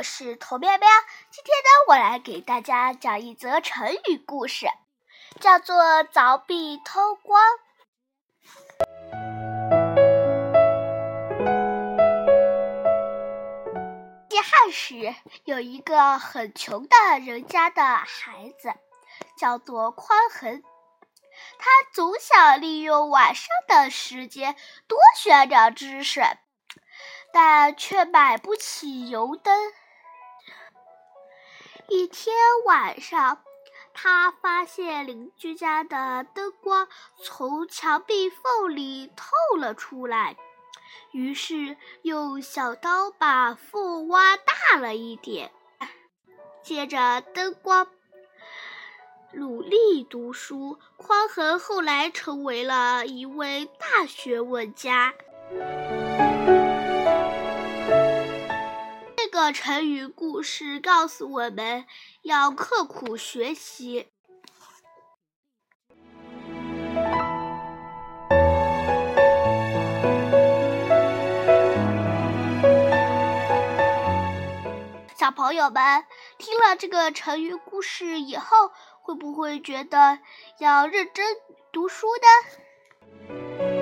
我是头喵喵。今天呢，我来给大家讲一则成语故事，叫做凿壁偷光。汉时有一个很穷的人家的孩子，叫做宽衡。他总想利用晚上的时间多学点知识，但却买不起油灯。一天晚上，他发现邻居家的灯光从墙壁缝里透了出来，于是用小刀把缝挖大了一点。借着灯光努力读书，宽衡后来成为了一位大学问家。这个成语故事告诉我们要刻苦学习。小朋友们听了这个成语故事以后，会不会觉得要认真读书呢？